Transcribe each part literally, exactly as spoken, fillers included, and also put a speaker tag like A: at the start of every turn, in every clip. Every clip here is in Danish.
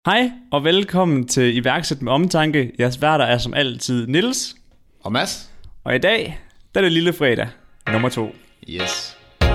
A: Hej og velkommen til Iværksæt med Omtanke. Jeres værter er som altid Niels
B: og Mads.
A: Og i dag, der er det lille fredag, nummer to.
B: Yes.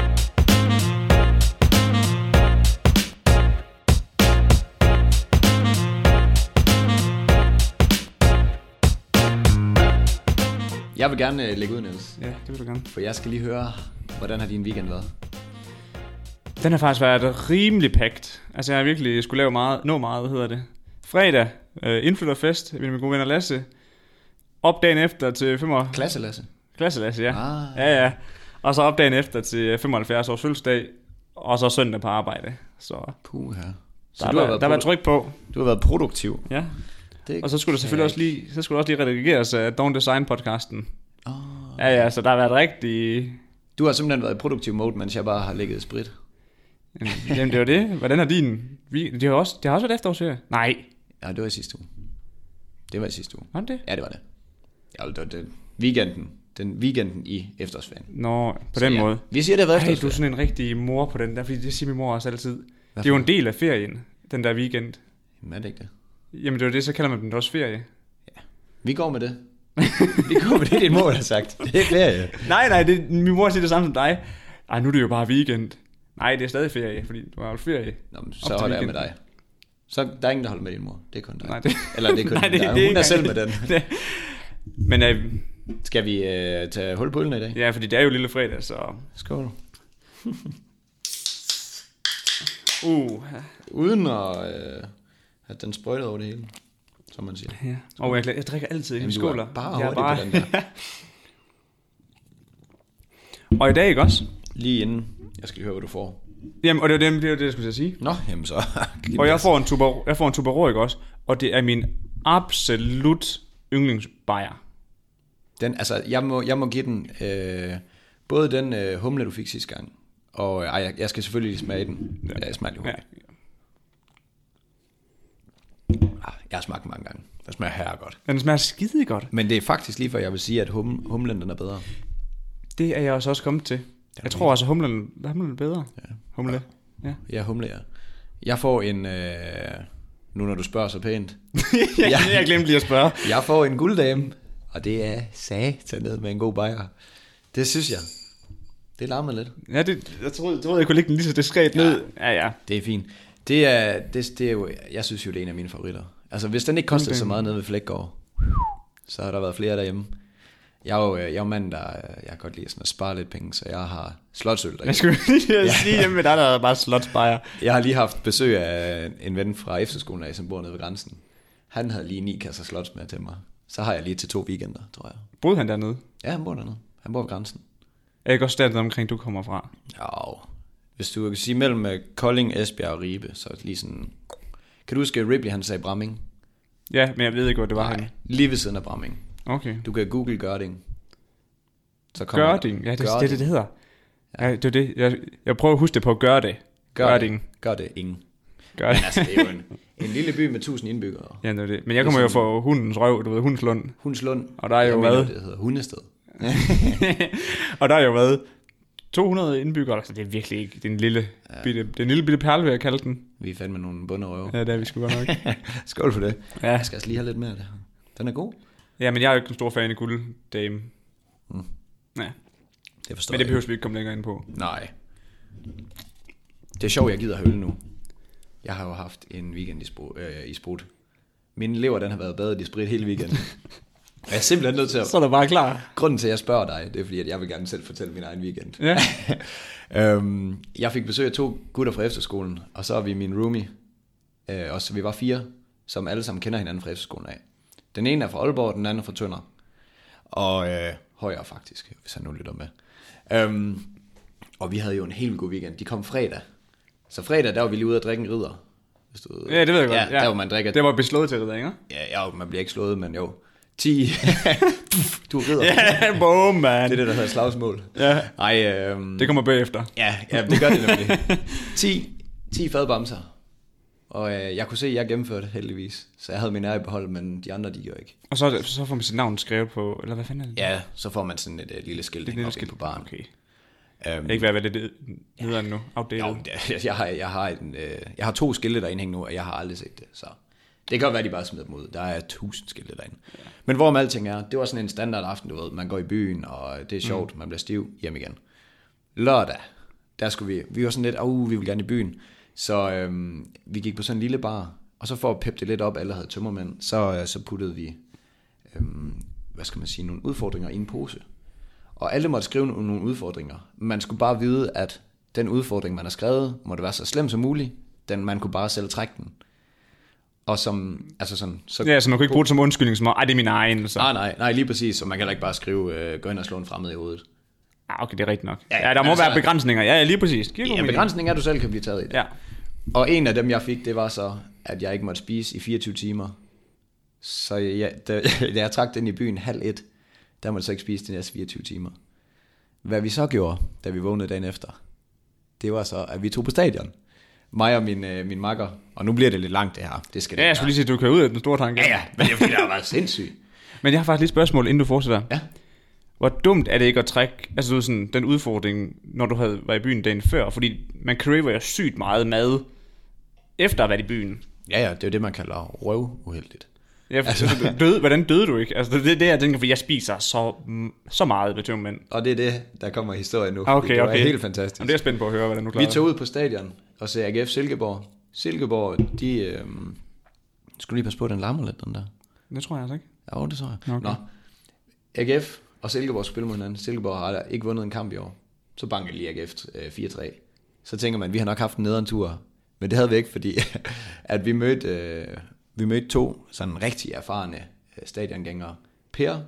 B: Jeg vil gerne lægge ud, Niels.
A: Ja, det vil du gerne.
B: For jeg skal lige høre, hvordan har din weekend været?
A: Den har faktisk været rimelig packed. Altså jeg har virkelig skulle lave meget, nå meget, hvad hedder det. Fredag, øh, indflytterfest med min gode venner Lasse. Op dagen efter til fem år.
B: Klasse Lasse.
A: Klasse Lasse, ja.
B: Ah.
A: Ja, ja. Og så op dagen efter til femoghalvfjerds års fødselsdag. Og så søndag på arbejde. Så
B: Puh, ja.
A: Så der, du har været der var tryk på.
B: Du har været produktiv.
A: Ja. Det og så skulle der selvfølgelig også lige, så skulle der også lige redigeres af Don't Design podcasten. Oh. Ja, ja, så der har været rigtig...
B: Du har simpelthen været i produktiv mode, mens jeg bare har ligget sprit.
A: Jamen det var det. Hvordan er din? Det har også, det har også været efterårsferie. Nej.
B: Ja, det var i sidste uge. Det var i sidste uge.
A: Var det?
B: Ja, det var det. Ja, det var det. Weekenden. Den weekenden i efterårsferien.
A: Nå, på
B: så
A: den
B: ja.
A: måde.
B: Vi siger, det har været efterårsferie.
A: Ej, du er sådan en rigtig mor på den der, fordi det siger min mor også altid. Hvad det er jo en del af ferien, den der weekend.
B: Jamen er det ikke det?
A: Jamen det er det, så kalder man den også ferie.
B: Ja, vi går med det. Vi går med det, din mor har sagt. Det er ferie.
A: Nej, nej, det, min mor siger det samme som dig. Ej, nu er det jo bare weekend. Nej, det er stadig ferie, fordi du har jo ferie.
B: Nå, men så holder jeg med dig. Så der er ingen, der holder med din mor. Det er kun dig.
A: Nej, det...
B: Eller det er kun
A: nej, det,
B: dig.
A: Det,
B: hun er selv med den.
A: Det... Men øh...
B: skal vi øh, tage hul på øllen i dag?
A: Ja, fordi det er jo lille fredag, så...
B: Skål.
A: uh.
B: Uden at øh, have den sprøjtet over det hele, som man siger.
A: Ja. Og jeg, jeg drikker altid en skåler.
B: Bare hurtigt bare... på den der.
A: Og i dag, ikke også?
B: Lige inden, jeg skal lige høre, hvad du får.
A: Jamen, og det var det, det, var det jeg skulle sige.
B: Nå, jamen så.
A: Og jeg får en tuber, jeg får en Tuborg, ikke også? Og det er min absolut yndlingsbajer.
B: Den, altså, jeg må, jeg må give den, øh, både den øh, humle, du fik sidste gang, og øh, jeg, jeg skal selvfølgelig lige smage den. Ja, jeg smager lige hurtigt. Ja. Ah, jeg har smagt den mange gange. Den smager her godt.
A: Den smager skide godt.
B: Men det er faktisk lige for, jeg vil sige, at hum, humlen den er bedre.
A: Det er jeg også kommet til. Jeg tror også, at humlen, humlen er bedre.
B: Ja.
A: Humle. Ja,
B: ja humle, ja. Jeg får en, øh, nu når du spørger så pænt.
A: jeg, jeg, jeg glemte lige at spørge.
B: Jeg får en gulddame, og det er satan ned med en god bajer. Det synes jeg. Det larmer lidt.
A: Ja, det, jeg troede, jeg, troede, jeg kunne lægge den lige så diskret
B: ja,
A: ned. Ja, ja.
B: Det er fint. Det er, det, det er jo, jeg synes jo, det er en af mine favoritter. Altså, hvis den ikke kostede så meget nede ved Flækgaard, så har der været flere derhjemme. Jeg er jo, jeg er jo mand, der jeg kan godt lide sådan at spare lidt penge, så jeg har slotsøl derhjemme.
A: Jeg skulle lige ja. sige hjemme med dig, der er bare slotsbajer.
B: Jeg har lige haft besøg af en ven fra efterskolen af, som bor nede ved grænsen. Han havde lige ni kasser slots med til mig. Så har jeg lige til to weekender, tror jeg.
A: Boede han dernede?
B: Ja, han bor dernede. Han bor ved grænsen.
A: Er ikke også dernede omkring, du kommer fra?
B: Jo. Hvis du kan sige mellem Kolding, Esbjerg og Ribe, så lige sådan... Kan du huske, Ripley han sagde Bramming?
A: Ja, men jeg ved ikke, hvor det var.
B: Nej, lige ved siden af Bramming.
A: Okay.
B: Du kan google Gørding.
A: Så Gørding? Ja, det er det, det, det hedder. Ja. Ja, det er det. Jeg, jeg prøver at huske det på Gør det.
B: Gørding. Gør det, ingen.
A: Gør det.
B: Men altså, det er jo en, en lille by med tusind indbyggere.
A: Ja, det er det. Men jeg kommer jo fra Hundens Røv, du ved, Hundslund.
B: Hundslund.
A: Og der er jo hvad?
B: Det hedder Hundested.
A: Og der er jo hvad? to hundrede indbyggere, så det er virkelig ikke, det er en lille, ja. bitte, det er en lille bitte perle, vil jeg kalde den.
B: Vi er fandme nogle bunderøve.
A: Ja, det er vi sgu godt nok.
B: Skål for det.
A: Ja.
B: Jeg skal altså lige have lidt mere af det. Den er god.
A: Ja, men jeg er jo ikke en stor fan af gulddame.
B: Mm.
A: Ja.
B: Det forstår
A: men det behøver vi ikke komme længere ind på.
B: Nej. Det er sjovt, jeg gider have øl nu. Jeg har jo haft en weekend i, spro, øh, i sprut. Min lever, den har været badet i sprit hele weekenden. Jeg er simpelthen nødt til at...
A: Så er du bare klar.
B: Grunden til, at jeg spørger dig, det er fordi, at jeg vil gerne selv fortælle min egen weekend.
A: Ja.
B: øhm, jeg fik besøg af to gutter fra efterskolen, og så er vi min roomie. Øh, og så vi var fire, som alle sammen kender hinanden fra efterskolen af. Den ene er fra Aalborg, den anden er fra Tønder. Og øh, højere faktisk, hvis han nu lytter med. Øhm, og vi havde jo en helt god weekend. De kom fredag. Så fredag, der var vi lige ude at drikke en ridder. Hvis du...
A: Ja, det ved jeg godt.
B: Ja, ja. Der var man drikker...
A: Det var beslået til ridder, ikke?
B: Ja, ja, man bliver ikke slået, men jo... ti Du ridder.
A: Ja, boom, man.
B: Det er det, der hedder slagsmål.
A: Ja.
B: Ej, øhm...
A: det kommer bagefter.
B: Ja, ja, det gør det nemlig. ti fadbamser. Og øh, jeg kunne se, at jeg gennemførte heldigvis. Så jeg havde min ære i behold, men de andre, de gjorde ikke.
A: Og så, så får man sit navn skrevet på, eller hvad fanden er det?
B: Ja, så får man sådan et uh, lille skilt op på baren.
A: Okay. Um, ikke være lidt nederen nu, outdated.
B: Jo, det, jeg, har, jeg, har en, øh, jeg har to skilte derinde hængende nu, og jeg har aldrig set det, så det kan godt være, de bare smider dem ud. Der er tusind skilte derinde. Ja. Men hvorom alting er, det var sådan en standard aften, du ved. Man går i byen, og det er sjovt, mm. man bliver stiv, hjem igen. Lørdag, der skulle vi, vi var sådan lidt, uh, vi vil gerne i byen. Så øhm, vi gik på sådan en lille bar, og så for at peppe det lidt op, alle havde tømmermænd, så, så puttede vi, øhm, hvad skal man sige, nogle udfordringer i en pose. Og alle måtte skrive nogle udfordringer. Man skulle bare vide, at den udfordring, man har skrevet, måtte være så slem som muligt. Den, man kunne bare selv trække den. Og som, altså sådan... Så
A: ja, så man kunne ikke bruge det som undskyldning, som, ej, det er min egen. Så.
B: Nej, nej, nej, lige præcis. Så man kan heller ikke bare skrive, øh, gå ind og slå en fremmed i hovedet.
A: Ah, okay, det er rigtigt nok. Ja, ja der må altså, være begrænsninger. Ja, ja, lige præcis.
B: Ja, begrænsning er, at du selv kan blive taget i det.
A: Ja.
B: Og en af dem, jeg fik, det var så, at jeg ikke måtte spise i fireogtyve timer. Så jeg, da, da jeg trak den i byen halv et, der måtte jeg så ikke spise de næste fireogtyve timer. Hvad vi så gjorde, da vi vågnede dagen efter, det var så, at vi tog på stadion. Mig og min, øh, min makker. Og nu bliver det lidt langt, det her. Det skal det
A: ja, jeg skulle lige sige, at du kører ud af den store tanke.
B: Ja, ja, men det er fordi, der har været sindssygt.
A: Men jeg har faktisk lige et spørgsmål, inden du fortsætter.
B: Ja.
A: Hvor dumt er det ikke at trække, altså du sådan, den udfordring, når du havde været i byen dagen før? Fordi man craver jo sygt meget mad, efter at have været i byen.
B: Ja, ja, det er jo det, man kalder røvuheldigt.
A: Ja, altså, døde, hvordan døde du ikke? Altså, det er det, jeg tænker, for jeg spiser så, så meget ved tømmermænd.
B: Og det er det, der kommer historien nu.
A: Okay,
B: det var
A: okay.
B: helt fantastisk.
A: Jamen, det er spændt på at høre, hvordan du klarer.
B: Vi tog ud på stadion og så A G F Silkeborg. Silkeborg, de... Øh, skulle lige passe på, den larmer lidt, den der.
A: Det tror jeg altså ikke.
B: Ja, det tror jeg.
A: Okay.
B: Nå. A G F og Silkeborg spiller mod hinanden. Silkeborg har ikke vundet en kamp i år. Så banker lige A G F øh, fire tre. Så tænker man, vi har nok haft en nederen tur. Men det havde vi ikke, fordi at vi mødte, øh, vi mødte to sådan rigtig erfarne øh, stadiongængere. Per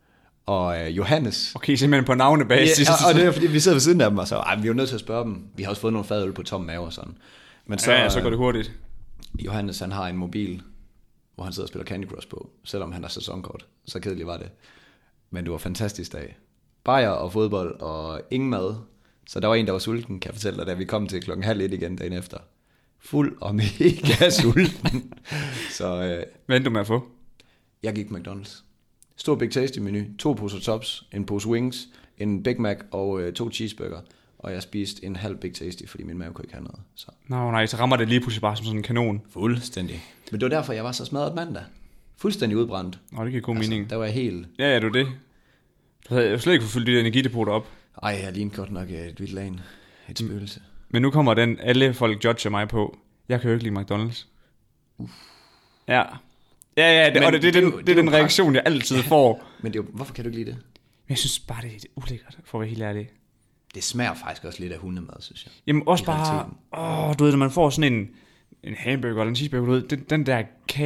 B: og øh, Johannes.
A: Okay, simpelthen på navnebasis.
B: Ja, og, og det er fordi, vi sidder ved siden af dem, og så ej, vi er jo nødt til at spørge dem. Vi har også fået nogle fadøl på tom mave og sådan. Men så,
A: ja, ja, så går det hurtigt.
B: Johannes, han har en mobil, hvor han sidder og spiller Candy Crush på, selvom han har sæsonkort. Så kedeligt var det. Men det var en fantastisk dag. Bajer og fodbold og ingen mad. Så der var en, der var sulten, kan jeg fortælle dig, da vi kom til klokken halv et igen dagen efter. Fuld og mega sulten. Så, øh,
A: hvad endte du med at få?
B: Jeg gik McDonald's. Stor Big Tasty menu, to poser tops, en pose wings, en Big Mac og øh, to cheeseburger. Og jeg spiste en halv Big Tasty, fordi min mave kunne ikke have noget. Så.
A: Nå nej, så rammer det lige pludselig bare som sådan en kanon.
B: Fuldstændig. Men det var derfor, jeg var så smadret mandag. Fuldstændig udbrændt.
A: Nå, det giver god
B: altså,
A: mening.
B: Der var jeg helt...
A: Ja, ja, du det. Du havde jo slet ikke fået fyldt de der energidepoter op.
B: Ej, jeg lignede godt nok et vildt lagen. Et spøgelse.
A: Men nu kommer den, alle folk judger mig på. Jeg kan jo ikke lide McDonald's. Uff. Ja. Ja, ja, det, og det, det, det, det, det, det er den reaktion, jeg altid får.
B: Men det er jo, hvorfor kan du ikke lide det?
A: Jeg synes bare, det er ulækkert, for at være helt ærlig.
B: Det smager faktisk også lidt af hundemad, synes jeg.
A: Jamen også bare, åh, du ved, når man får sådan en, en hamburger eller en cheeseburger, du ved, den, den der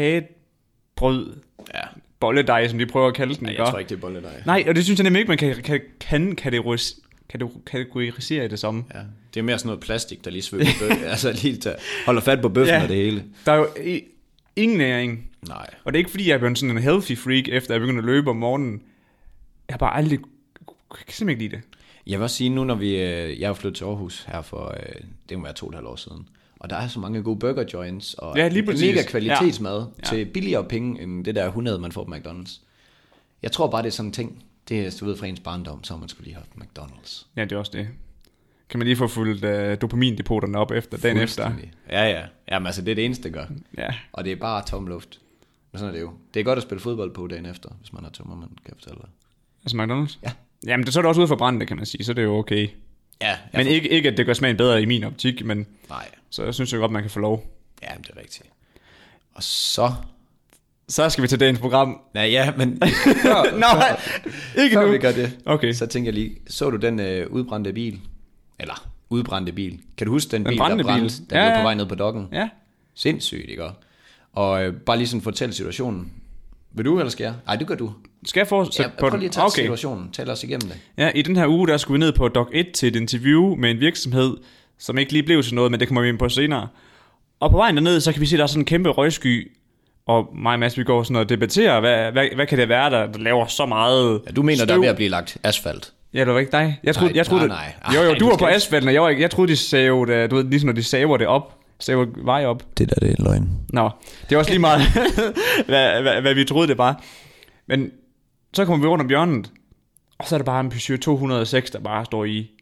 A: kagebrød, ja. Bolledej, som de prøver at kalde den.
B: Nej, jeg tror ikke, det er bolledej.
A: Nej, og det synes jeg nemlig ikke, man kan, kan, kan kategoris, kategorisere det som.
B: Ja, det er mere sådan noget plastik, der lige svøber på bøffen, altså lige der holder fat på bøffen ja, og det hele.
A: Der er jo i, ingen næring.
B: Nej.
A: Og det er ikke fordi, jeg er blevet sådan en healthy freak, efter jeg begyndte at løbe om morgenen. Jeg har bare aldrig, jeg kan simpelthen ikke lide det.
B: Jeg vil også sige nu, når vi, jeg er flyttet til Aarhus her for, det må være to og et halvt år siden. Og der er så mange gode burger joints, og
A: ja,
B: mega kvalitetsmad
A: ja.
B: til billigere penge, end det der hundrede, man får på McDonald's. Jeg tror bare, det er sådan en ting. Det er, du ved, fra ens barndom, så har man skulle lige haft McDonald's.
A: Ja, det er også det. Kan man lige få fuldt uh, dopamindepoterne op efter, dagen efter?
B: Ja, ja. Jamen altså, det er det eneste, det gør.
A: Ja.
B: Og det er bare tom luft. Men sådan er det jo. Det er godt at spille fodbold på dagen efter, hvis man har tømmermand, kan jeg fortælle dig.
A: Altså McDonald's?
B: Ja.
A: Jamen, det så er det også ude for brændende, kan man sige, så det er jo okay.
B: Ja.
A: Men
B: får...
A: ikke, ikke, at det gør smagen bedre i min optik, men
B: nej.
A: Så jeg synes jo godt, man kan få lov.
B: Ja, det er rigtigt. Og så...
A: Så skal vi til dagens program.
B: Nej, ja, men...
A: Før, Nej, ikke
B: før
A: nu.
B: vi gør det,
A: okay.
B: Så tænker jeg lige, så du den øh, udbrændte bil? Eller udbrændte bil. Kan du huske den, den bil, der brændte, der ja, blev på vej ned på dokken?
A: Ja.
B: Sindssygt, ikke? Og øh, bare lige sådan fortælle situationen. Vil du, eller skal jeg? Nej, det gør du.
A: Skal jeg fortsætte
B: ja,
A: på
B: prøv lige at tage
A: okay.
B: situationen. Tal os igennem det.
A: Ja, i den her uge, der skulle vi ned på Dock et til et interview med en virksomhed, som ikke lige blev til noget, men det kommer vi ind på senere. Og på vejen derned, så kan vi se, at der er sådan en kæmpe røgsky, og mig og Mads, vi går sådan og debatterer, hvad, hvad, hvad kan det være, der, der laver så meget
B: ja, du mener,
A: støv?
B: Der er ved at blive lagt asfalt?
A: Ja, det var ikke dig. Jeg troede,
B: nej,
A: jeg troede,
B: nej, nej.
A: Jo, jo,
B: Ej,
A: du var på asfalten, og jeg, var, jeg troede, de savede, du ved, ligesom når de saver det op, saver vej op.
B: Det der, det er løgn.
A: Nå, det er også lige meget, hvad, hvad, hvad vi troede det var. Men så kommer vi rundt om hjørnet, og så er der bare en Peugeot to hundrede og seks, der bare står i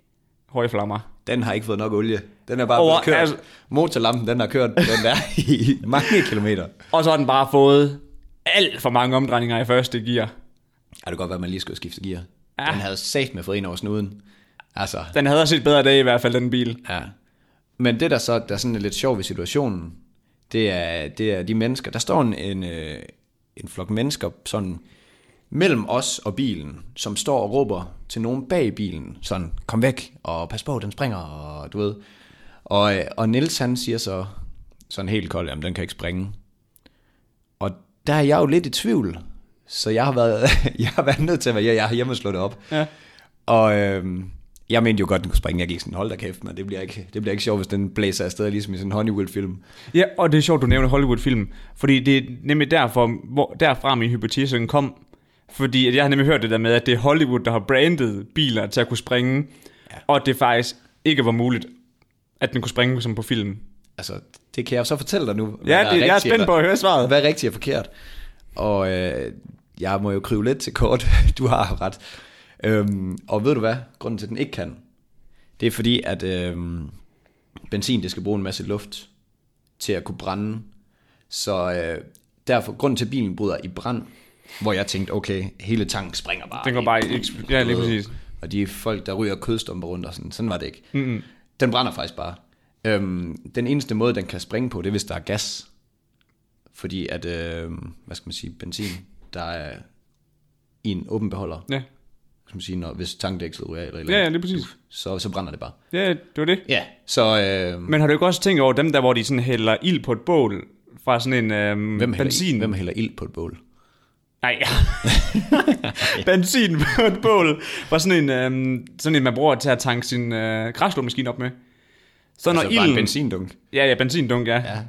A: høje flammer.
B: Den har ikke fået nok olie. Den er bare
A: Over,
B: blevet kørt.
A: altså,
B: Motorlampen, den har kørt den der i mange kilometer.
A: og så har den bare fået alt for mange omdrejninger i første gear.
B: Ja, det kan godt være, at man lige skulle skifte gear.
A: Ja.
B: Den havde sat med fået en over snuden. Altså,
A: Den havde set bedre dag i hvert fald, den bil.
B: ja. Men det der så, der er sådan lidt sjovt ved situationen, det er, det er de mennesker. Der står en, en, øh, en flok mennesker sådan mellem os og bilen, som står og råber til nogen bag bilen, sådan, kom væk, og pas på, den springer, og du ved. Og, og Niels han siger så, sådan helt koldt, jamen den kan ikke springe. Og der er jeg jo lidt i tvivl, så jeg har været, jeg har været nødt til at være, jeg, jeg har hjemme og slå det op.
A: Ja.
B: Og øhm, jeg mente jo godt, den kunne springe. Jeg gik sådan, hold da kæft, men det bliver ikke, det bliver ikke sjovt, hvis den blæser afsted, ligesom i sådan en Hollywood-film.
A: Ja, og det er sjovt, du nævner Hollywood-film, fordi det er nemlig derfor, hvor, derfra min hypotese kom, fordi at jeg har nemlig hørt det der med, at det er Hollywood, der har brandet biler til at kunne springe, ja. Og at det faktisk ikke var muligt, at den kunne springe som på film.
B: Altså, det kan jeg så fortælle dig nu.
A: Ja, det, jeg er spændt på at høre svaret.
B: Hvad er rigtigt og forkert? Og øh, jeg må jo kryve lidt til kort. Du har ret. Øhm, og ved du hvad? Grunden til, at den ikke kan, det er fordi, at øhm, benzin, det skal bruge en masse luft til at kunne brænde. Så øh, derfor, grunden til, at bilen bryder i brand, hvor jeg tænkte, okay, hele tanken springer bare.
A: Den går bare i, ja, lige præcis.
B: Og de folk, der ryger kødstumper rundt og sådan, sådan var det ikke.
A: Mm-hmm.
B: Den brænder faktisk bare. Øhm, den eneste måde, den kan springe på, det er, hvis der er gas. Fordi at, øh, hvad skal man sige, benzin, der er i en åben beholder.
A: Ja.
B: Skal man sige, når, hvis tankdækslet ryger eller eller
A: Ja, ja,
B: andet,
A: lige præcis.
B: så, så brænder det bare.
A: Ja, det var det.
B: Ja, så... Øh,
A: Men har du ikke også tænkt over dem der, hvor de sådan hælder ild på et bål fra sådan en øhm,
B: hvem, hælder,
A: benzin?
B: hvem hælder ild på et bål?
A: Nej, ja. Benzin på et bål var sådan en, øhm, sådan en, man bruger til at tanke sin øh, græsslåmaskine op med. Så
B: Altså
A: når
B: bare
A: ilden,
B: en benzindunk?
A: Ja, ja, benzindunk, ja.
B: Ja.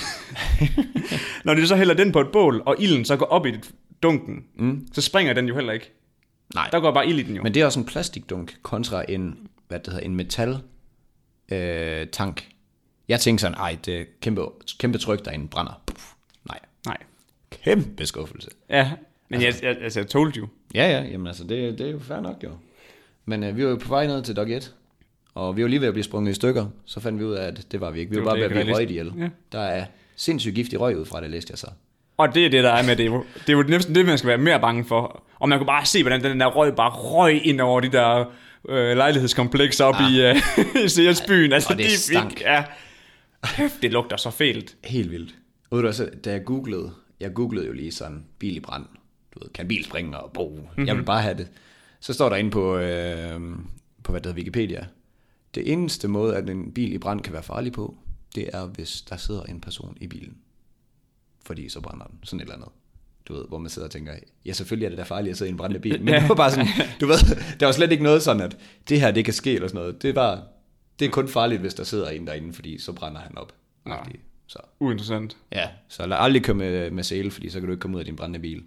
A: Når de så hælder den på et bål, og ilden så går op i dunken,
B: Mm.
A: så springer den jo heller ikke.
B: Nej.
A: Der går bare ild i den jo.
B: Men det er også en plastikdunk kontra en, hvad det hedder, en metal øh, tank. Jeg tænkte sådan, ej, det er kæmpe, kæmpe tryk derinde brænder. Puff. Nej.
A: Nej.
B: Kæmpe skuffelse.
A: Ja, men altså, jeg, jeg, altså, jeg told you.
B: Ja, ja, jamen altså, det, det er jo fair nok jo. Men øh, vi var jo på vej ned til Dog et, og vi var lige ved at blive sprunget i stykker. Så fandt vi ud af, at det var vi ikke. Vi
A: Det
B: var
A: var
B: bare ved
A: det,
B: at blive
A: jeg
B: røget ihjel.
A: Ja.
B: Der er sindssygt giftig røg ud fra det, læste jeg så.
A: Og det er det, der er med det. Det er jo næsten det, man skal være mere bange for. Og man kunne bare se, hvordan den der røg bare røg ind over de der øh, lejlighedskomplekser op ah. i, øh, i Seersbyen. Altså,
B: og det
A: de
B: stank.
A: fik, ja, kæft, det lugter så fælt.
B: Helt vildt. Og ved du, så, da jeg googlede, jeg googlede jo lige sådan, bil i brand. Du ved, kan bil springe og bo. Mm-hmm. Jeg vil bare have det. Så står der inde på, øh, på hvad der hedder Wikipedia. Det eneste måde, at en bil i brand kan være farlig på, det er, hvis der sidder en person i bilen. Fordi så brænder den. Sådan et eller andet. Du ved, hvor man sidder og tænker, ja, selvfølgelig er det da farligt at sidde i en brændende bil. Men det var bare sådan, du ved, der var slet ikke noget sådan, at det her, det kan ske eller sådan noget. Det er bare, det er kun farligt, hvis der sidder en derinde, fordi så brænder han op.
A: Ja.
B: Så.
A: Uinteressant.
B: Ja, så lad aldrig køre med, med sæle, fordi så kan du ikke komme ud af din brændende bil.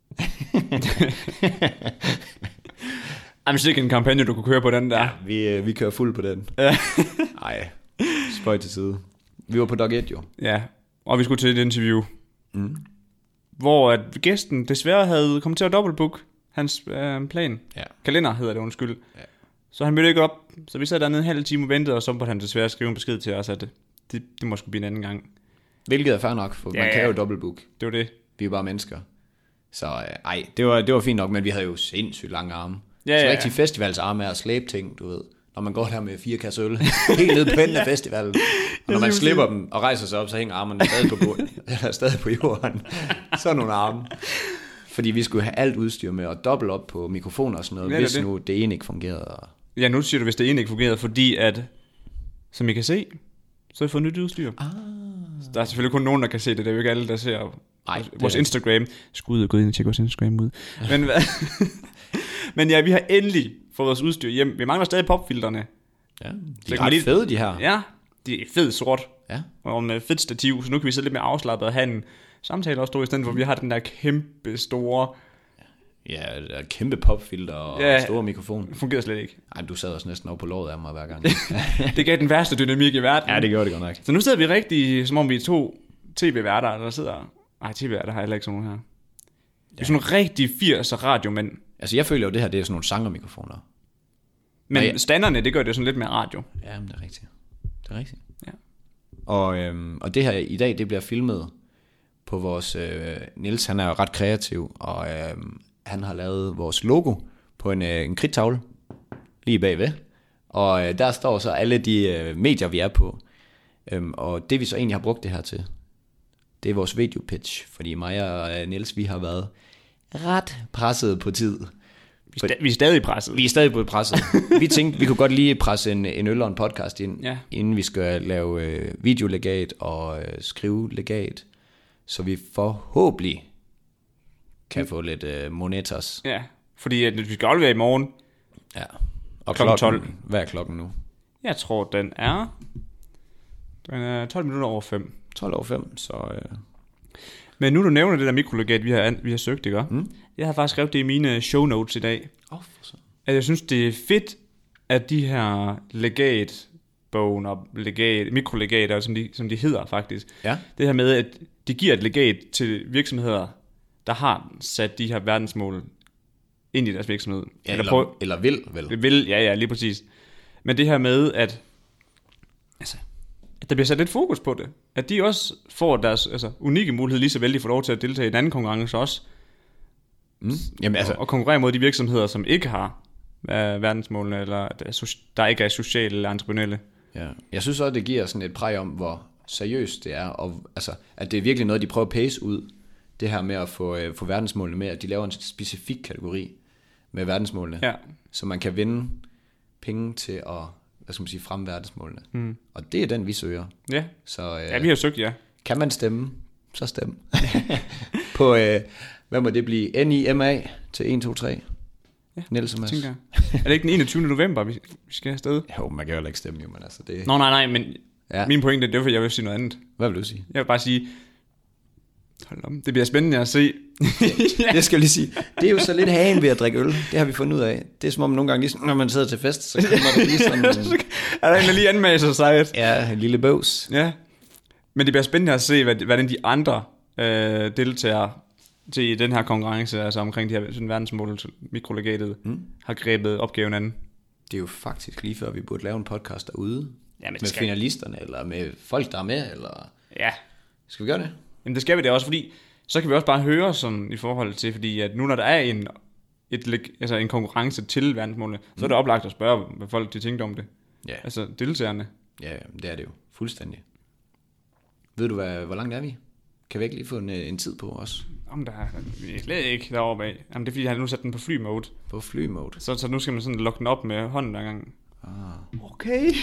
A: Jamen, det er ikke en kampagne, du kunne køre på den der.
B: Ja, vi, vi kører fuld på den.
A: Ja.
B: Ej, spøj til side. Vi var på Dog et jo.
A: Ja, og vi skulle til et interview.
B: Mm.
A: Hvor at gæsten desværre havde kommet til at dobbeltbook hans øh, plan.
B: Ja.
A: Kalender hedder det, undskyld.
B: Ja.
A: Så han mødte ikke op. Så vi sad dernede en halv time og ventede, og så måtte han desværre skrive en besked til os, at det, det, det må sgu blive en anden gang.
B: Hvilket er fair nok, for
A: Ja,
B: man kan
A: ja.
B: jo dobbeltbook.
A: Det var det.
B: Vi er bare mennesker. Så øh, ej, det var, det var fint nok, men vi havde jo sindssygt lange arme.
A: Ja,
B: så
A: ja,
B: rigtig festivalsarme er at slæbe ting, du ved. Når man går der med fire kasser øl, helt ned på enden af festivalen. Og når man slipper dem og rejser sig op, så hænger armene stadig på, jorden, eller stadig på jorden. Sådan nogle arme. Fordi vi skulle have alt udstyr med, og dobbelt op på mikrofoner og sådan noget,
A: Ja,
B: hvis
A: det er det.
B: nu det ene ikke fungerede.
A: Ja, nu siger du, hvis det ene ikke fungerede, fordi at, som I kan se, så har vi fået nyt udstyr.
B: Ah.
A: Der er selvfølgelig kun nogen, der kan se det. Det er jo ikke alle, der ser
B: Ej,
A: vores
B: det er-
A: Instagram. Skud og gå ind og tjekke vores Instagram ud. Men, hvad- men ja, vi har endelig fået vores udstyr hjem. Vi mangler stadig popfilterne.
B: Ja, de
A: Så
B: er
A: kan man
B: ret
A: lige-
B: fede, de her.
A: Ja, de er fed sort.
B: Ja.
A: Og med fedt stativ, så nu kan vi sidde lidt mere afslappet og have en samtale også, i stedet for, at vi har den der kæmpe store.
B: Ja, der er kæmpe popfilter og
A: Ja.
B: store mikrofon.
A: Det fungerer slet ikke.
B: Ej, du sad også næsten over på låret af mig hver gang.
A: Det gav den værste dynamik i verden.
B: Ja, det gjorde det godt nok.
A: Så nu sidder vi rigtig, som om vi er to tv-værter, der sidder. Ej, tv-værter har jeg heller ikke sådan nogle her. Det er sådan nogle rigtig firser radiomænd.
B: Altså, jeg føler jo, det her det er sådan nogle sangermikrofoner.
A: Men
B: Nej.
A: standerne, det gør det jo sådan lidt mere radio.
B: Ja, men det er rigtigt. Det er rigtigt.
A: Ja.
B: Og, øhm, og det her i dag, det bliver filmet på vores... Øh, Niels, han er jo ret kreativ, og øhm, han har lavet vores logo på en, øh, en kridttavle lige bagved. Og øh, der står så alle de øh, medier, vi er på. Øhm, og det vi så egentlig har brugt det her til, det er vores videopitch. Fordi mig og øh, Niels, vi har været ret presset på tid.
A: Vi, sta- vi er stadig presset.
B: Vi er stadig blevet presset. Vi tænkte, vi kunne godt lige presse en, en øl og en podcast ind,
A: Ja.
B: inden vi skal lave øh, videolegat og øh, skrive legat, så vi forhåbentlig kan få lidt øh, monetos.
A: Ja, fordi at vi skal aflevere i morgen.
B: Ja. Og
A: Klokken tolv.
B: Hvad er klokken nu?
A: Jeg tror, den er... Den er tolv minutter over fem.
B: tolv over fem, så... Øh...
A: Men nu du nævner det der mikrolegat, vi har, vi har søgt, ikke?
B: Mm.
A: Jeg har faktisk skrevet det i mine show notes i dag.
B: Oh, for så.
A: At jeg synes, det er fedt, at de her legatbogen og legat, mikrolegater, som de, som de hedder faktisk.
B: Ja.
A: Det her med, at de giver et legat til virksomheder, der har sat de her verdensmål ind i deres virksomhed.
B: Ja, eller, eller, eller vil, vel?
A: Det vil, ja, ja, lige præcis. Men det her med, at, altså, at der bliver sat lidt fokus på det. At de også får deres altså, unikke mulighed, lige så vel de får lov til at deltage i en anden konkurrence også.
B: Mm. Jamen, altså,
A: Og, og konkurrere mod de virksomheder, som ikke har uh, verdensmålene, eller der, der ikke er sociale eller entreprenølle.
B: ja. Jeg synes også, det giver sådan et præg om, hvor seriøst det er, og altså, at det er virkelig noget, de prøver at pace ud. Det her med at få, øh, få verdensmålene med, at de laver en specifik kategori med verdensmålene,
A: Ja.
B: så man kan vinde penge til at, hvad skal man sige, fremme verdensmålene.
A: Mm.
B: Og det er den, vi søger.
A: Ja.
B: Så øh,
A: ja, vi har søgt, ja.
B: kan man stemme, så stem. På, øh, hvad må det blive? N I M A til et, to, tre.
A: Ja,
B: Niels og Mads.
A: tænker jeg. Er det ikke den enogtyvende november, vi, vi skal afsted?
B: Jo, man kan jo heller ikke stemme, jo, men altså det...
A: Nå, nej, nej, men
B: Ja.
A: ja. Min pointe, det er, fordi jeg vil sige noget andet.
B: Hvad vil du sige?
A: Jeg vil bare sige, hold om, det bliver spændende at se.
B: Ja. Det skal jeg lige sige. Det er jo så lidt hagen ved at drikke øl. Det har vi fundet ud af. Det er som om nogle gange, lige, når man sidder til fest, så kommer der lige sådan...
A: Er der en, der lige anmaser sig et?
B: Ja, en lille bøvs.
A: Ja. Men det bliver spændende at se, hvad, hvordan de andre øh, deltagere til den her konkurrence, altså omkring de her sådan, verdensmål, mikrolegatet,
B: Mm.
A: har grebet opgaven anden.
B: Det er jo faktisk lige før, vi burde lave en podcast derude.
A: Ja, men det
B: med
A: skal-
B: finalisterne, eller med folk, der er med, eller...
A: Ja,
B: Skal vi gøre det?
A: jamen det skal vi da også, fordi så kan vi også bare høre sådan i forhold til, fordi at nu når der er en, et, leg- altså en konkurrence til verdensmålene, mm. så er det oplagt at spørge, hvad folk de tænkte om det.
B: Ja,
A: Altså deltagerne.
B: ja, det er det jo. Fuldstændig. Ved du, hvad, hvor langt er vi? Kan vi ikke lige få en, en tid på os?
A: Om der er vi er slet ikke derovre bag. Jamen det er fordi, jeg har nu sat den på flymode.
B: På flymode.
A: Så, så nu skal man sådan lokke den op med hånden hver gang.
B: Ah.
A: Okay.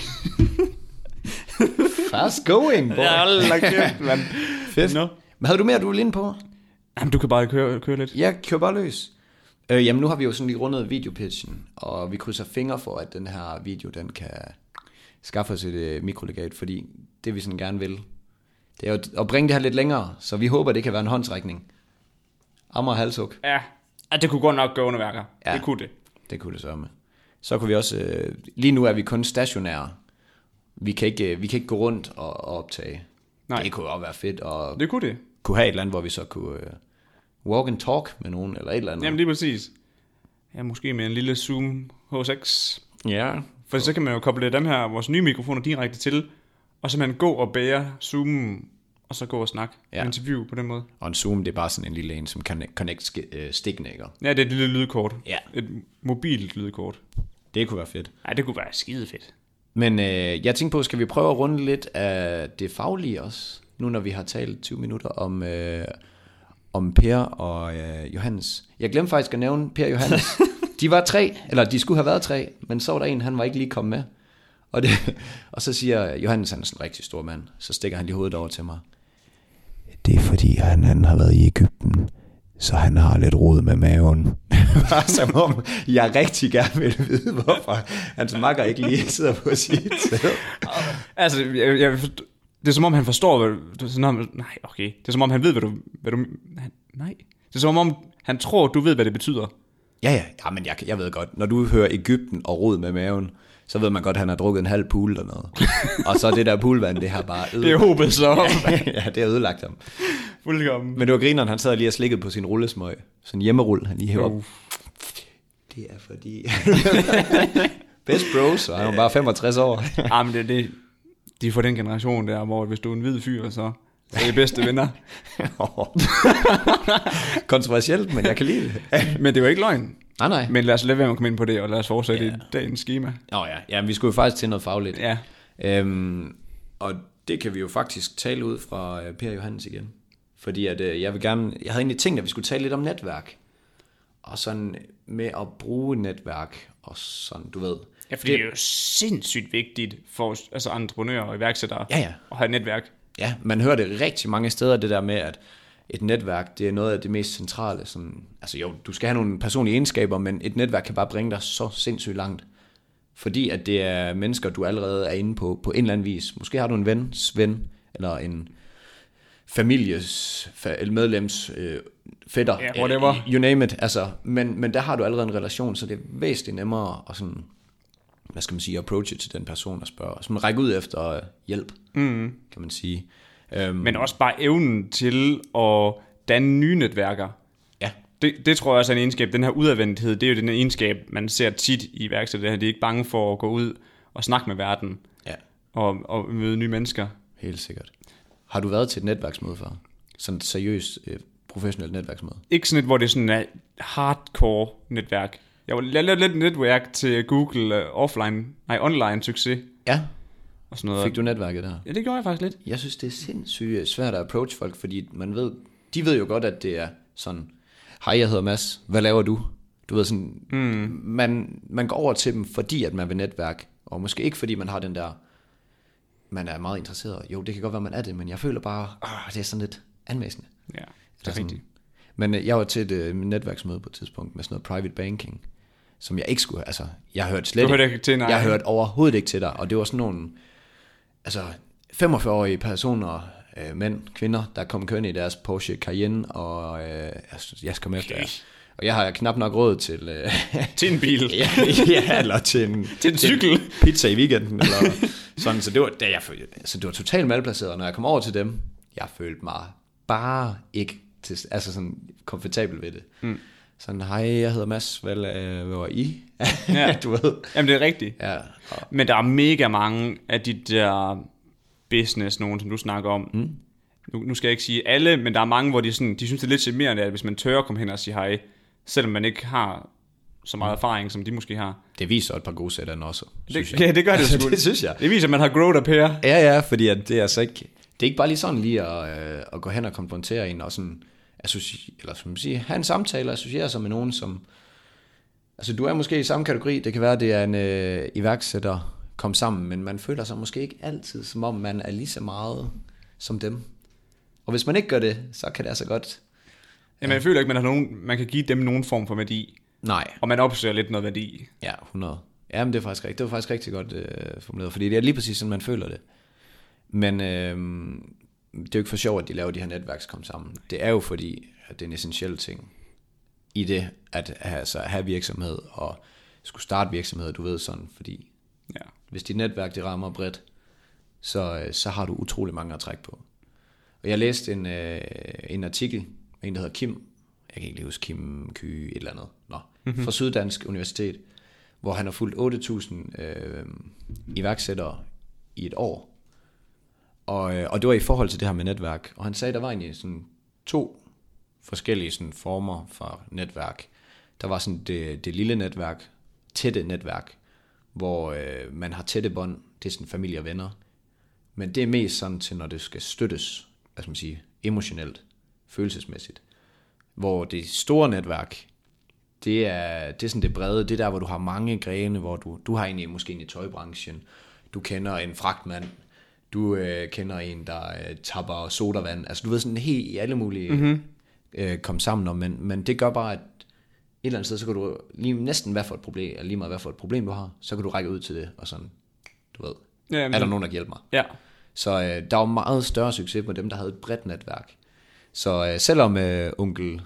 B: Fast going, boy.
A: Ja, hold da kæft, mand.
B: Fedt.
A: Nå.
B: Men havde du mere, du ville ind på?
A: Jamen du kan bare køre, køre lidt.
B: Ja, kør bare løs. Øh, jamen, nu har vi jo sådan lige rundet videopitchen, og vi krydser fingre for, at den her video, den kan skaffe os et uh, mikrolegat, fordi det vi sådan gerne vil, det er jo at bringe det her lidt længere, så vi håber, det kan være en håndsrækning. Ammer og halshug.
A: Ja. ja, det kunne godt nok gå under værker.
B: Ja.
A: Det kunne det.
B: Det kunne det så med. Så kunne vi også, øh, lige nu er vi kun stationære. Vi kan ikke, øh, vi kan ikke gå rundt og, og optage.
A: Nej.
B: Det kunne også være fedt, og
A: Det kunne det.
B: kunne have et eller andet, hvor vi så kunne øh, walk and talk med nogen, eller et eller andet.
A: Jamen lige præcis. Ja, måske med en lille Zoom H seks.
B: Ja.
A: For så kan man jo koble dem her, vores nye mikrofoner direkte til, og så man gå og bære Zoomen, og så gå og snakke.
B: Ja.
A: Ja. Interview på den måde.
B: Og en Zoom, det er bare sådan en lille en, som kan connect øh, stikkene, ikke?
A: Ja, det er et lille lydkort.
B: Ja.
A: Et mobilt lydkort.
B: Det kunne være fedt.
A: Ja, det kunne være skide fedt.
B: Men øh, jeg tænkte på, skal vi prøve at runde lidt af det faglige også? Nu når vi har talt tyve minutter om, øh, om Per og øh, Johannes. Jeg glemte faktisk at nævne Per og Johannes. De var tre, eller de skulle have været tre, men så var der en, han var ikke lige kommet med. Og, det, og så siger Johannes, han er sådan en rigtig stor mand, så stikker han lige hovedet over til mig. Det er fordi, han, han har været i Egypten, så han har lidt rod med maven. Som om jeg rigtig gerne vil vide, hvorfor hans makker ikke lige sidder på sit sæde.
A: Altså, jeg, jeg, forstår, det er som om, han forstår, hvad du... Sådan, om- nej, okay. Det er som om, han ved, hvad du... Hvad du han, nej. Det er som om, han tror, du ved, hvad det betyder.
B: Ja, ja, ja, men jeg, jeg ved godt, når du hører Egypten og rod med maven, så ved man godt, at han har drukket en halv pool eller noget. Og så det der poolvand, det har bare
A: Det er
B: ødelagt.
A: håbet så.
B: Ja, det har ødelagt ham.
A: Fuldkommen.
B: Men det var grineren, han sad lige og slikkede på sin rullesmøg. Sådan en hjemmerull, han lige hæver op.
A: Uh.
B: Det er fordi... Best bros, og han var bare femogtres år.
A: Ah, men det, det, de får den generation der, hvor hvis du er en hvid fyr, så er det bedste venner.
B: Kontroversielt, men jeg kan lide det.
A: Men det var ikke løgn.
B: Nej, nej.
A: Men lad os lade være med at komme ind på det, og lad os fortsætte
B: Ja.
A: i dagens schema.
B: Åh oh, ja. ja, vi skulle jo faktisk til noget fagligt.
A: Ja.
B: Øhm, og det kan vi jo faktisk tale ud fra øh, Per Johannes igen. Fordi at, øh, jeg vil gerne, jeg havde egentlig tænkt, at vi skulle tale lidt om netværk. Og sådan med at bruge netværk, og sådan, du ved.
A: Ja, for det, det er jo sindssygt vigtigt for altså entreprenører og iværksættere
B: Ja, ja.
A: at have et netværk.
B: Ja, man hører det rigtig mange steder, det der med, at et netværk, det er noget af det mest centrale. Sådan, altså jo, du skal have nogle personlige egenskaber, men et netværk kan bare bringe dig så sindssygt langt. Fordi at det er mennesker, du allerede er inde på, på en eller anden vis. Måske har du en vens ven, eller en families, eller medlems øh, fætter,
A: Ja, whatever.
B: øh, you name it. Altså, men, men der har du allerede en relation, så det er væsentligt nemmere at sådan, hvad skal man sige, approach it til den person og spørge, og sådan række ud efter øh, hjælp, mm. kan man sige. Um,
A: Men også bare evnen til at danne nye netværker.
B: Ja.
A: Det, det tror jeg også er en egenskab. Den her udadvendthed, det er jo den egenskab, man ser tit i iværksættere. De er ikke bange for at gå ud og snakke med verden.
B: Ja.
A: Og, og møde nye mennesker.
B: Helt sikkert. Har du været til et netværksmøde før? Sådan et seriøst, øh, professionelt netværksmøde?
A: Ikke sådan et, hvor det er sådan et hardcore netværk. Jeg var jeg lavede lidt netværk til Google uh, offline, nej online succes.
B: Ja.
A: Og sådan noget.
B: Fik du netværket der?
A: Ja, det gjorde jeg faktisk lidt.
B: Jeg synes, det er sindssygt svært at approach folk, fordi man ved, de ved jo godt, at det er sådan, hej, jeg hedder Mads, hvad laver du? Du ved sådan, mm. man, man går over til dem, fordi at man vil netværk, og måske ikke fordi man har den der, man er meget interesseret. Jo, det kan godt være, man er det, men jeg føler bare, åh, det er sådan lidt anmæssende.
A: Ja, det
B: er
A: er
B: sådan,
A: rigtigt.
B: Men øh, jeg var til et uh, netværksmøde på et tidspunkt med sådan noget private banking, som jeg ikke skulle, altså, jeg hørte slet
A: Du hørte
B: ikke,
A: ikke til, nej.
B: jeg hørte overhovedet ikke til dig, og det var sådan nogle, altså femogfyrre-årige personer, øh, mænd, kvinder, der kom kørende i deres Porsche Cayenne, og øh, jeg skal komme
A: Okay.
B: efter, og jeg har knap nok råd til, øh,
A: Til en bil.
B: ja, ja, eller til en,
A: Til en cykel.
B: pizza i weekenden, eller sådan, så det var, da jeg følte, altså det var totalt malplaceret, og når jeg kom over til dem, jeg følte mig bare ikke til, altså sådan komfortabel ved det. Mm. Sådan, hej, jeg hedder Mads, hvad, øh, hvad var I?
A: Ja.
B: Du ved.
A: Jamen, det er rigtigt.
B: Ja, og,
A: Men der er mega mange af de der business, nogen som du snakker om. Mm. Nu, nu skal jeg ikke sige alle, men der er mange, hvor de, sådan, de synes, det er lidt charmerende, at hvis man tør at komme hen og sige hej, selvom man ikke har så meget erfaring, som de måske har.
B: det viser et par gode sætter også, synes
A: Det,
B: jeg.
A: ja, det gør det
B: Altså,
A: sgu.
B: det synes jeg.
A: Det viser, at man har growed up her.
B: Ja, ja, fordi at det er altså ikke, det er ikke bare lige sådan lige at, øh, at gå hen og konfrontere en, og sådan, associ, eller som man siger, have en samtale og associere sig med nogen, som, altså du er måske i samme kategori, det kan være, det er en øh, iværksætter, kom sammen, men man føler sig måske ikke altid, som om man er lige så meget som dem. Og hvis man ikke gør det, så kan det altså godt.
A: Jamen, jeg føler ikke, man, har nogen, man kan give dem nogen form for værdi.
B: Nej.
A: Og man opsøger lidt noget værdi.
B: Ja, hundrede. Ja, men det er faktisk rigtigt. Det var faktisk rigtig godt øh, formuleret, fordi det er lige præcis sådan, man føler det. Men øh, det er jo ikke for sjovt, at de laver de her netværkskom sammen. Det er jo fordi, at det er en essentiel ting i det, at have, altså, have virksomhed og skulle starte virksomhed, du ved sådan, fordi
A: Ja.
B: hvis dit netværk det rammer bredt, så, øh, så har du utrolig mange at trække på. Og jeg læste en, øh, en artikel med en, der hedder Kim, jeg kan ikke lige huske Kim Ky, et eller andet, Nå, mm-hmm. fra Syddansk Universitet, hvor han har fulgt otte tusind øh, iværksættere i et år. Og, øh, og det var i forhold til det her med netværk. Og han sagde, der var egentlig sådan to forskellige sådan former for netværk. Der var sådan det, det lille netværk, tætte netværk, hvor øh, man har tætte bånd, det er sådan familie og venner. Men det er mest sådan til, når det skal støttes, hvad skal man sige, emotionelt, følelsesmæssigt. Hvor det store netværk, det er, det er sådan det brede, det er der, hvor du har mange grene, hvor du, du har egentlig måske en i tøjbranchen, du kender en fragtmand, du øh, kender en, der øh, tapper sodavand, altså du ved sådan helt i alle mulige mm-hmm. øh, komme sammen om, men, men det gør bare, at et eller andet sted, så kan du lige næsten hvad for et problem, eller lige meget hvad for et problem du har, så kan du række ud til det, og sådan, du ved,
A: Ja, men,
B: er der nogen, der kan hjælpe mig?
A: Ja.
B: Så øh, der var meget større succes med dem, der havde et bredt netværk. Så øh, selvom øh, onkel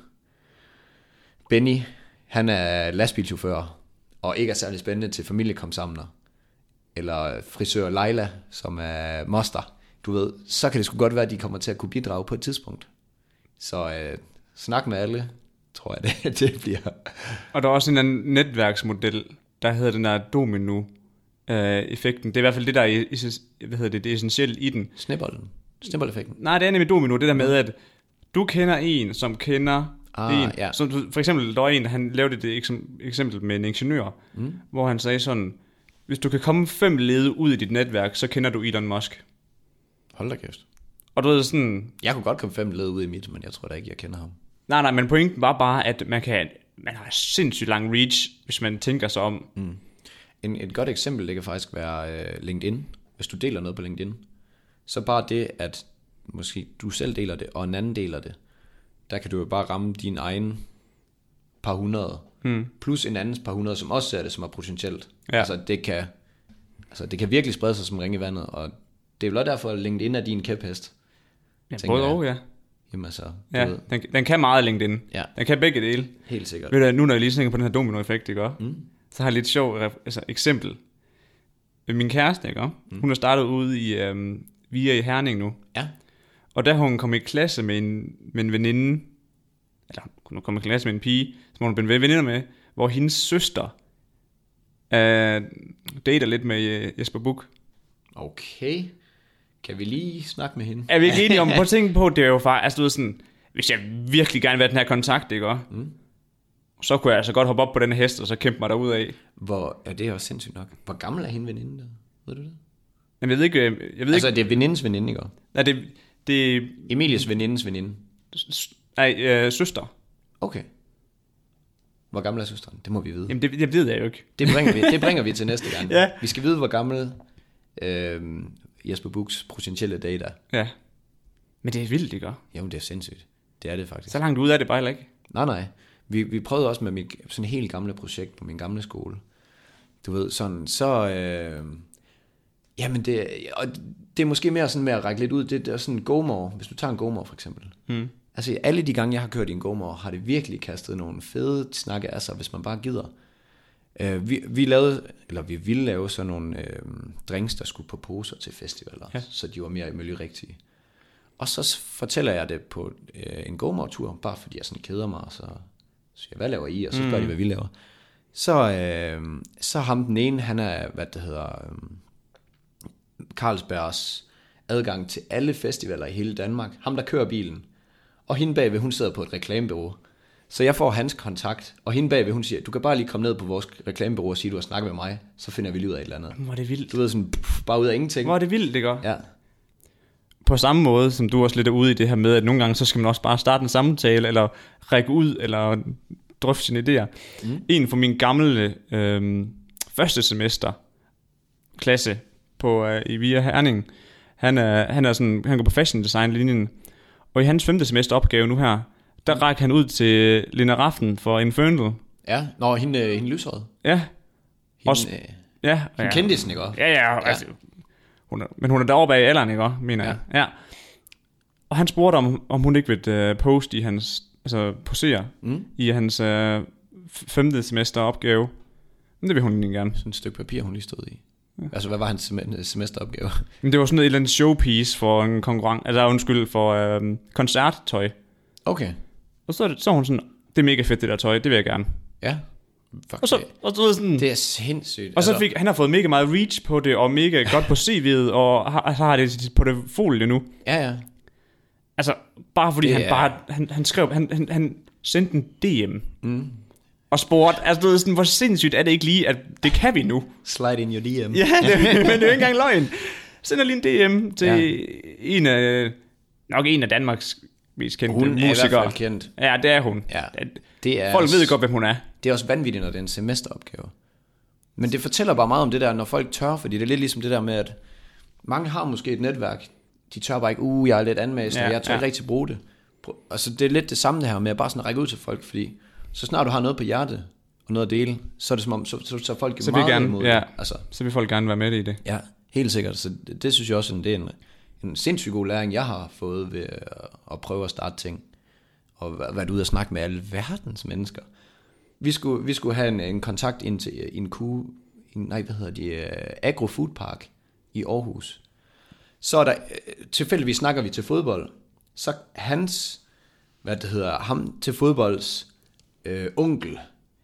B: Benny, han er lastbilchauffør, og ikke er særlig spændende til familiekomsamner, eller frisør Leila, som er moster, du ved, så kan det sgu godt være, at de kommer til at kunne bidrage på et tidspunkt. Så øh, snak med alle, tror jeg, det, det bliver.
A: Og der er også en anden netværksmodel, der hedder den der domino øh, effekten. Det er i hvert fald det, der er, hvad hedder det, det er essentielt i den.
B: Snibbolden. Snibbold-effekten.
A: Nej, det er nemlig domino. Det der med, at du kender en, som kender
B: ah,
A: en.
B: Ja.
A: Som, for eksempel, der var en, han lavede det eksempel med en ingeniør, mm. hvor han sagde sådan, hvis du kan komme fem led ud i dit netværk, så kender du Elon Musk.
B: Hold da kæft.
A: Og du ved sådan...
B: Jeg kunne godt komme fem led ud i mit, men jeg tror da ikke, jeg kender ham.
A: Nej, nej, men pointen var bare, at man kan... Man har sindssygt lang reach, hvis man tænker sig om.
B: Mm. En, et godt eksempel, det kan faktisk være uh, LinkedIn. Hvis du deler noget på LinkedIn, så bare det, at måske du selv deler det, og en anden deler det, der kan du jo bare ramme din egen par hundrede, mm. plus en andens par hundrede, som også ser det, som er potentielt. Ja. Altså, det kan, altså, det kan virkelig sprede sig som ring i vandet, og det er jo derfor, at LinkedIn er din kæphest.
A: Ja, både og, ja.
B: Jamen altså,
A: ja, den, den kan meget LinkedIn.
B: Ja.
A: Den kan begge dele.
B: Helt sikkert.
A: Ved du, nu når jeg lige tænker på den her domino-effekt, ikke? Mm. Så har jeg lidt sjov altså, eksempel. Min kæreste, ikke? Mm. Hun er startet ude i øhm, via i Herning nu.
B: Ja.
A: Og der hun kom i klasse med en, med en veninde, eller hun kom i klasse med en pige, som hun blev veninder med, hvor hendes søster øh, dater lidt med øh, Jesper Buch.
B: Okay. Kan vi lige snakke med hende?
A: Er vi ikke enige om, prøv at tænke på, det er jo faktisk, altså du ved sådan, hvis jeg virkelig gerne vil have den her kontakt, ikke? Mm. Så kunne jeg altså godt hoppe op på den hest, og så kæmpe mig derudad.
B: Hvor, ja, det er også sindssygt nok. Hvor gammel er hende veninde der? Ved du det?
A: Jeg ved ikke, jeg ved
B: altså,
A: ikke.
B: det er venindens veninde, ikke?
A: Nej, det, det
B: Emilies venindens veninde.
A: Nej, øh, søster.
B: Okay. Hvor gammel er søsteren? Det må vi vide.
A: Jamen, det, det ved jeg jo ikke.
B: Det bringer vi, det bringer vi til næste gang.
A: Ja.
B: Vi skal vide, hvor gammel øh, Jesper Buchs potentielle date er.
A: Ja. Men det er vildt, ikke?
B: Jamen, det er sindssygt. Det er det faktisk.
A: Så langt ud af det bare heller ikke.
B: Nej, nej. Vi, vi prøvede også med mit sådan helt gamle projekt på min gamle skole. Du ved, sådan, så... Øh, jamen, det, og det er måske mere sådan med at række lidt ud. Det, det er sådan en GoMore. Hvis du tager en GoMore, for eksempel. Hmm. Altså, alle de gange, jeg har kørt i en GoMore, har det virkelig kastet nogle fede snakke af sig, hvis man bare gider. Uh, vi, vi lavede, eller vi ville lave sådan nogle øh, drinks, der skulle på poser til festivaler, ja. Så de var mere miljørigtige. Og så fortæller jeg det på øh, en GoMore-tur, bare fordi jeg sådan keder mig, og så siger jeg, hvad laver I? Og så spørger mm. de, hvad vi laver. Så, øh, så ham den ene, han er, hvad det hedder, øh, Carlsbergs adgang til alle festivaler i hele Danmark. Ham, der kører bilen. Og hende bagved, hun sidder på et reklamebureau. Så jeg får hans kontakt, og hende bagved, hun siger, du kan bare lige komme ned på vores reklamebureau og sige, du har snakket med mig, så finder vi lige ud af et eller andet.
A: Hvor er det vildt.
B: Du ved sådan, pff, bare ud af ingenting.
A: Hvor er det vildt, det gør.
B: Ja.
A: På samme måde, som du også lidt er ude i det her med, at nogle gange, så skal man også bare starte en samtale, eller række ud, eller drøfte sine idéer. Mm. En fra min gamle øh, første semester klasse på, øh, i Via Herning, han, er, han, er sådan, han går på fashion design linjen, og i hans femte semester opgave nu her, der rækker han ud til Lina Raffen for Infernal.
B: Ja, nå, hende, hende lysrød.
A: Ja.
B: Hende,
A: også,
B: øh,
A: ja,
B: hende
A: ja.
B: kendisen, ikke også?
A: Ja, ja, ja. Altså, hun er, men hun er deroppe af alderen, ikke også, mener jeg. Ja. Ja. Og han spurgte, om, om hun ikke ville uh, poste i hans, altså posere, mm. i hans uh, femte semester opgave. Men det vil hun ikke gerne.
B: Sådan et stykke papir, hun lige stod i. Ja. Altså, hvad var hans semesteropgave?
A: Men det var sådan et eller andet showpiece for en konkurrence, altså undskyld, for uh, koncerttøj.
B: Okay.
A: Og så, så hun sådan, det er mega fedt det der tøj, det vil jeg gerne.
B: Ja. Fuck
A: og så, og så sådan,
B: det er sindssygt.
A: Og så fik, han har fået mega meget reach på det, og mega godt på C V'et, og har, så har det på det folie nu.
B: Ja, ja.
A: Altså, bare fordi
B: det
A: han
B: er...
A: bare, han, han skrev, han, han, han sendte en D M, mm. og spurgte, altså du ved sådan, hvor sindssygt er det ikke lige, at det kan vi nu.
B: Slide in your D M.
A: Ja, det, men det er jo ikke engang løgn. Sender lige en D M til ja. en af, nok en af Danmarks mest kendte
B: hun
A: musikere.
B: Hun er i hvert fald kendt.
A: Ja, det er hun.
B: Ja, det er
A: folk ved godt, hvem hun er.
B: Det er også vanvittigt, når det er en semesteropgave. Men det fortæller bare meget om det der, når folk tør, fordi det er lidt ligesom det der med, at mange har måske et netværk, de tør bare ikke, uh, jeg er lidt anmæst, ja, og jeg tør ja. ikke rigtig bruge det. Altså det er lidt det samme det her med at bare sådan række ud til folk, fordi så snart du har noget på hjertet, og noget at dele, så er det som om, så, så, så folk
A: så
B: meget
A: gerne,
B: imod
A: ja,
B: det. Altså,
A: så vil folk gerne være med i det.
B: Ja, helt sikkert. Så det, det synes jeg også, det er en, en sindssygt god læring, jeg har fået ved at prøve at starte ting, og været ude og snakke med alle verdens mennesker. Vi skulle, vi skulle have en, en kontakt ind til en ku, en, nej, hvad hedder de, uh, Agro Food Park i Aarhus. Så er der, uh, tilfældigvis snakker vi til fodbold, så hans, hvad det hedder, ham til fodbolds uh, onkel,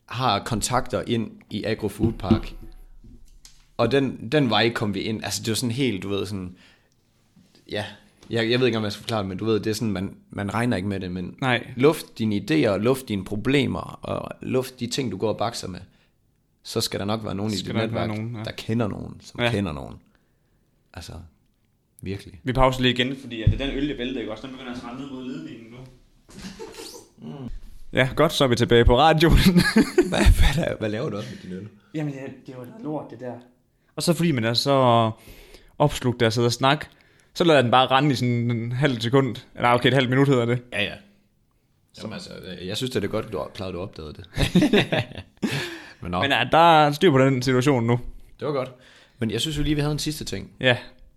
B: har kontakter ind i Agro Food Park. Og den, den vej kom vi ind. Altså det var sådan helt, du ved, sådan... Ja, jeg, jeg ved ikke, om jeg skal forklare det, men du ved, det er sådan, man, man regner ikke med det, men...
A: Nej.
B: Luft dine idéer, luft dine problemer, og luft de ting, du går og bakser med. Så skal der nok være nogen i dit netværk, nogen, ja. der kender nogen, som ja. kender nogen. Altså, virkelig.
A: Vi pauser lige igen, fordi det er den øl, jeg vælter, ikke også? Den begynder at rende ned mod ledningen nu. Mm. Ja, godt, så er vi tilbage på radioen.
B: hvad, hvad, der, hvad laver du også med din øl?
A: Jamen, det, det var noget lort, det der. Og så fordi man er så opslugt, der og sidder og snakke, så lader den bare rende i sådan en halv sekund. Eller okay, et halvt minut hedder det.
B: Ja, ja. Jamen, altså, jeg synes, det er godt, du klarede, du opdagede det. Men,
A: Men ja, der er styr på den situation nu.
B: Det var godt. Men jeg synes jo lige, vi havde en sidste ting.
A: Ja.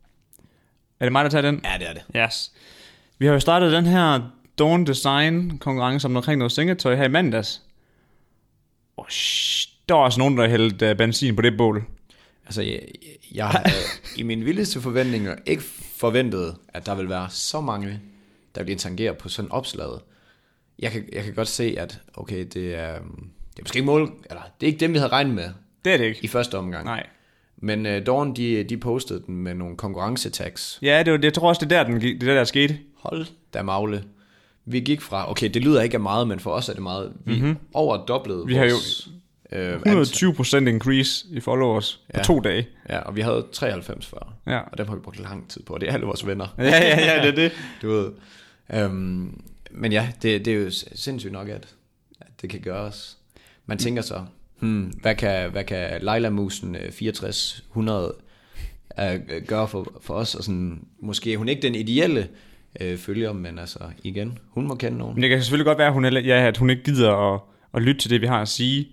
A: Er det mig, der tager den?
B: Ja, det er det.
A: Yes. Vi har jo startet den her Dawn Design konkurrence om omkring noget sengetøj her i mandags. Og shh, der var også nogen, der hældte uh, benzin på det bål.
B: Altså, jeg, jeg har uh, i mine vildeste forventninger ikke forventet, at der vil være så mange, der vil interagere på sådan opslaget. Jeg kan, jeg kan godt se, at okay, det er, det er måske ikke mål, eller det er ikke dem, vi havde regnet med.
A: Det er det ikke.
B: I første omgang.
A: Nej.
B: Men uh, Dawn, de, de postede den med nogle konkurrencetags.
A: Ja, det var, jeg tror også, det er der, den, det der, der skete.
B: Hold da magle. Vi gik fra, okay, det lyder ikke af meget, men for os er det meget. Vi mm-hmm. overdoblede
A: vi
B: vores...
A: Vi har jo øh, hundrede og tyve procent increase i followers ja. på to dage.
B: Ja, og vi havde treoghalvfems før.
A: Ja.
B: Og dem har vi brugt lang tid på, og det er alle vores venner.
A: ja, ja, ja, det er det.
B: Du ved. Um, men ja, det, det er jo sindssygt nok, at, at det kan gøres. Man tænker så, hmm, hvad kan, hvad kan Leila Musen fireogtres hundrede uh, gøre for, for os? Og sådan, måske er hun ikke den ideelle uh, følger, men altså igen, hun må kende nogen.
A: Men det kan selvfølgelig godt være, at hun, ja, at hun ikke gider at, at lytte til det, vi har at sige.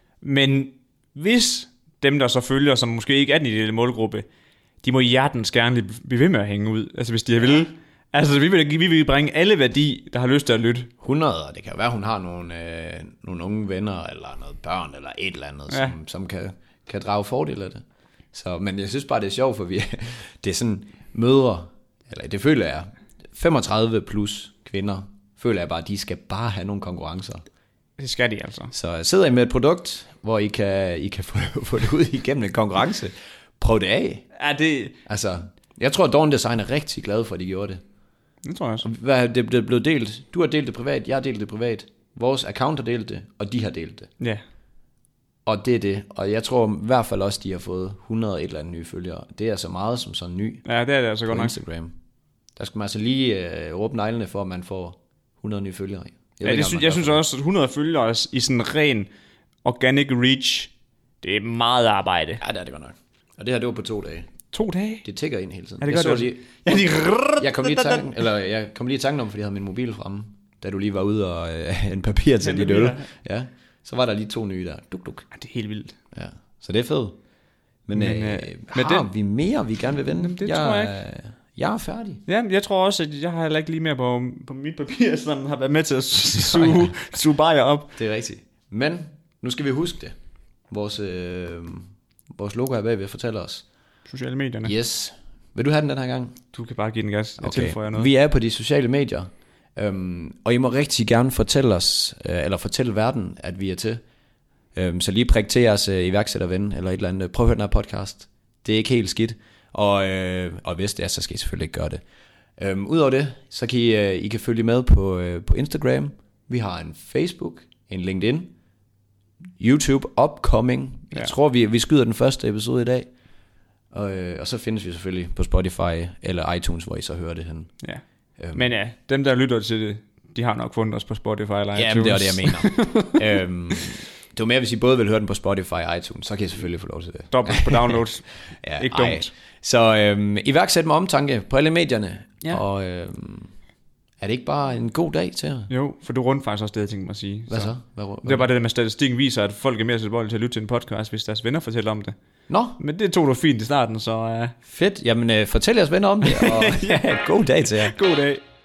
A: Men hvis dem, der så følger, som måske ikke er den ideelle målgruppe, de må hjertens gerne blive ved med at hænge ud. Altså hvis de vil. Altså vi vil, vi vil bringe alle værdi, der har lyst til at lytte.
B: hundrede, det kan jo være, hun har nogle, øh, nogle unge venner, eller noget børn, eller et eller andet, ja. som, som kan, kan drage fordel af det. Så, men jeg synes bare, det er sjovt, for vi det er sådan mødre, eller det føler jeg, femogtredive plus kvinder, føler jeg bare, de skal bare have nogle konkurrencer.
A: Det skal de altså.
B: Så sidder I med et produkt, hvor I kan, I kan få, få det ud igennem en konkurrence. Prøv det af.
A: Ja, det...
B: Altså, jeg tror, at Dawn Design er rigtig glad for, at de gjorde det.
A: Det tror jeg også.
B: Hvad, det, det er blevet delt. Du har delt det privat, jeg har delt det privat. Vores account har delt det, og de har delt det.
A: Ja.
B: Og det er det. Og jeg tror i hvert fald også, de har fået hundrede et eller andet nye følgere. Det er så meget som sådan ny.
A: Ja, det er det altså godt nok.
B: Instagram. Der skal man altså lige øh, råbe neglene for, at man får hundrede nye følgere.
A: Jeg, ja, det synes, jeg synes også, at hundrede følgere i sådan en ren organic reach, det er meget arbejde.
B: Ja, det er det godt nok. Og det her, det var på to dage.
A: To dage?
B: Det tigger ind hele tiden.
A: Ja, det gør
B: jeg
A: det
B: lige,
A: ja, de...
B: jeg kom lige i tanken, eller jeg kom lige i tanken om, fordi jeg havde min mobil fremme, da du lige var ude og øh, en papir til dit øl. Ja. Så var der lige to nye der. Duk, duk.
A: Ja, det er helt vildt.
B: Ja. Så det er fedt. Men, Men øh, øh, har den... vi mere, vi gerne vil vende?
A: Jamen, det
B: jeg,
A: tror jeg ikke.
B: Jeg er færdig.
A: Ja, jeg tror også, at jeg har heller ikke lige mere på, på mit papir, som har været med til at suge, suge bajer op.
B: Det er rigtigt. Men nu skal vi huske det. Vores, øh, vores logo her bagved fortæller os.
A: Sociale medierne.
B: Yes. Vil du have den den her gang?
A: Du kan bare give den gas. Jeg
B: okay.
A: tilføjer noget.
B: Vi er på de sociale medier. Øhm, og I må rigtig gerne fortælle os, øh, eller fortælle verden, at vi er til. Øhm, så lige prik til jeres øh, iværksætterven, eller et eller andet. Prøv at høre den her podcast. Det er ikke helt skidt. Og, øh, og hvis det er, så skal I selvfølgelig ikke gøre det. Øhm, Udover det, så kan I, øh, I kan følge med på, øh, på Instagram. Vi har en Facebook, en LinkedIn, YouTube, upcoming. Jeg ja. tror, vi, vi skyder den første episode i dag. Og, øh, og så findes vi selvfølgelig på Spotify eller iTunes, hvor I så hører det hen.
A: Ja. Øhm. Men ja, dem der lytter til det, de har nok fundet os på Spotify eller iTunes.
B: Jamen, det er det, jeg mener. øhm, det var mere, hvis I både vil høre den på Spotify og iTunes, så kan I selvfølgelig få lov til det.
A: Dobbelt på downloads.
B: Ja,
A: ikke
B: ej.
A: dumt.
B: Så øhm, iværksæt med omtanke på alle medierne.
A: Ja.
B: Og øhm, er det ikke bare en god dag til jer?
A: Jo, for du rundt faktisk også det, jeg tænkte mig at sige.
B: Hvad så? så? Hvad, hvad?
A: Det er bare det der med, statistikken viser, at folk er mere tilbøjelige til at lytte til en podcast, hvis deres venner fortæller om det.
B: Nå.
A: Men det tog du fint i starten, så... Uh...
B: Fedt. Jamen, øh, fortæl jeres venner om det, og ja, god dag til jer.
A: God dag.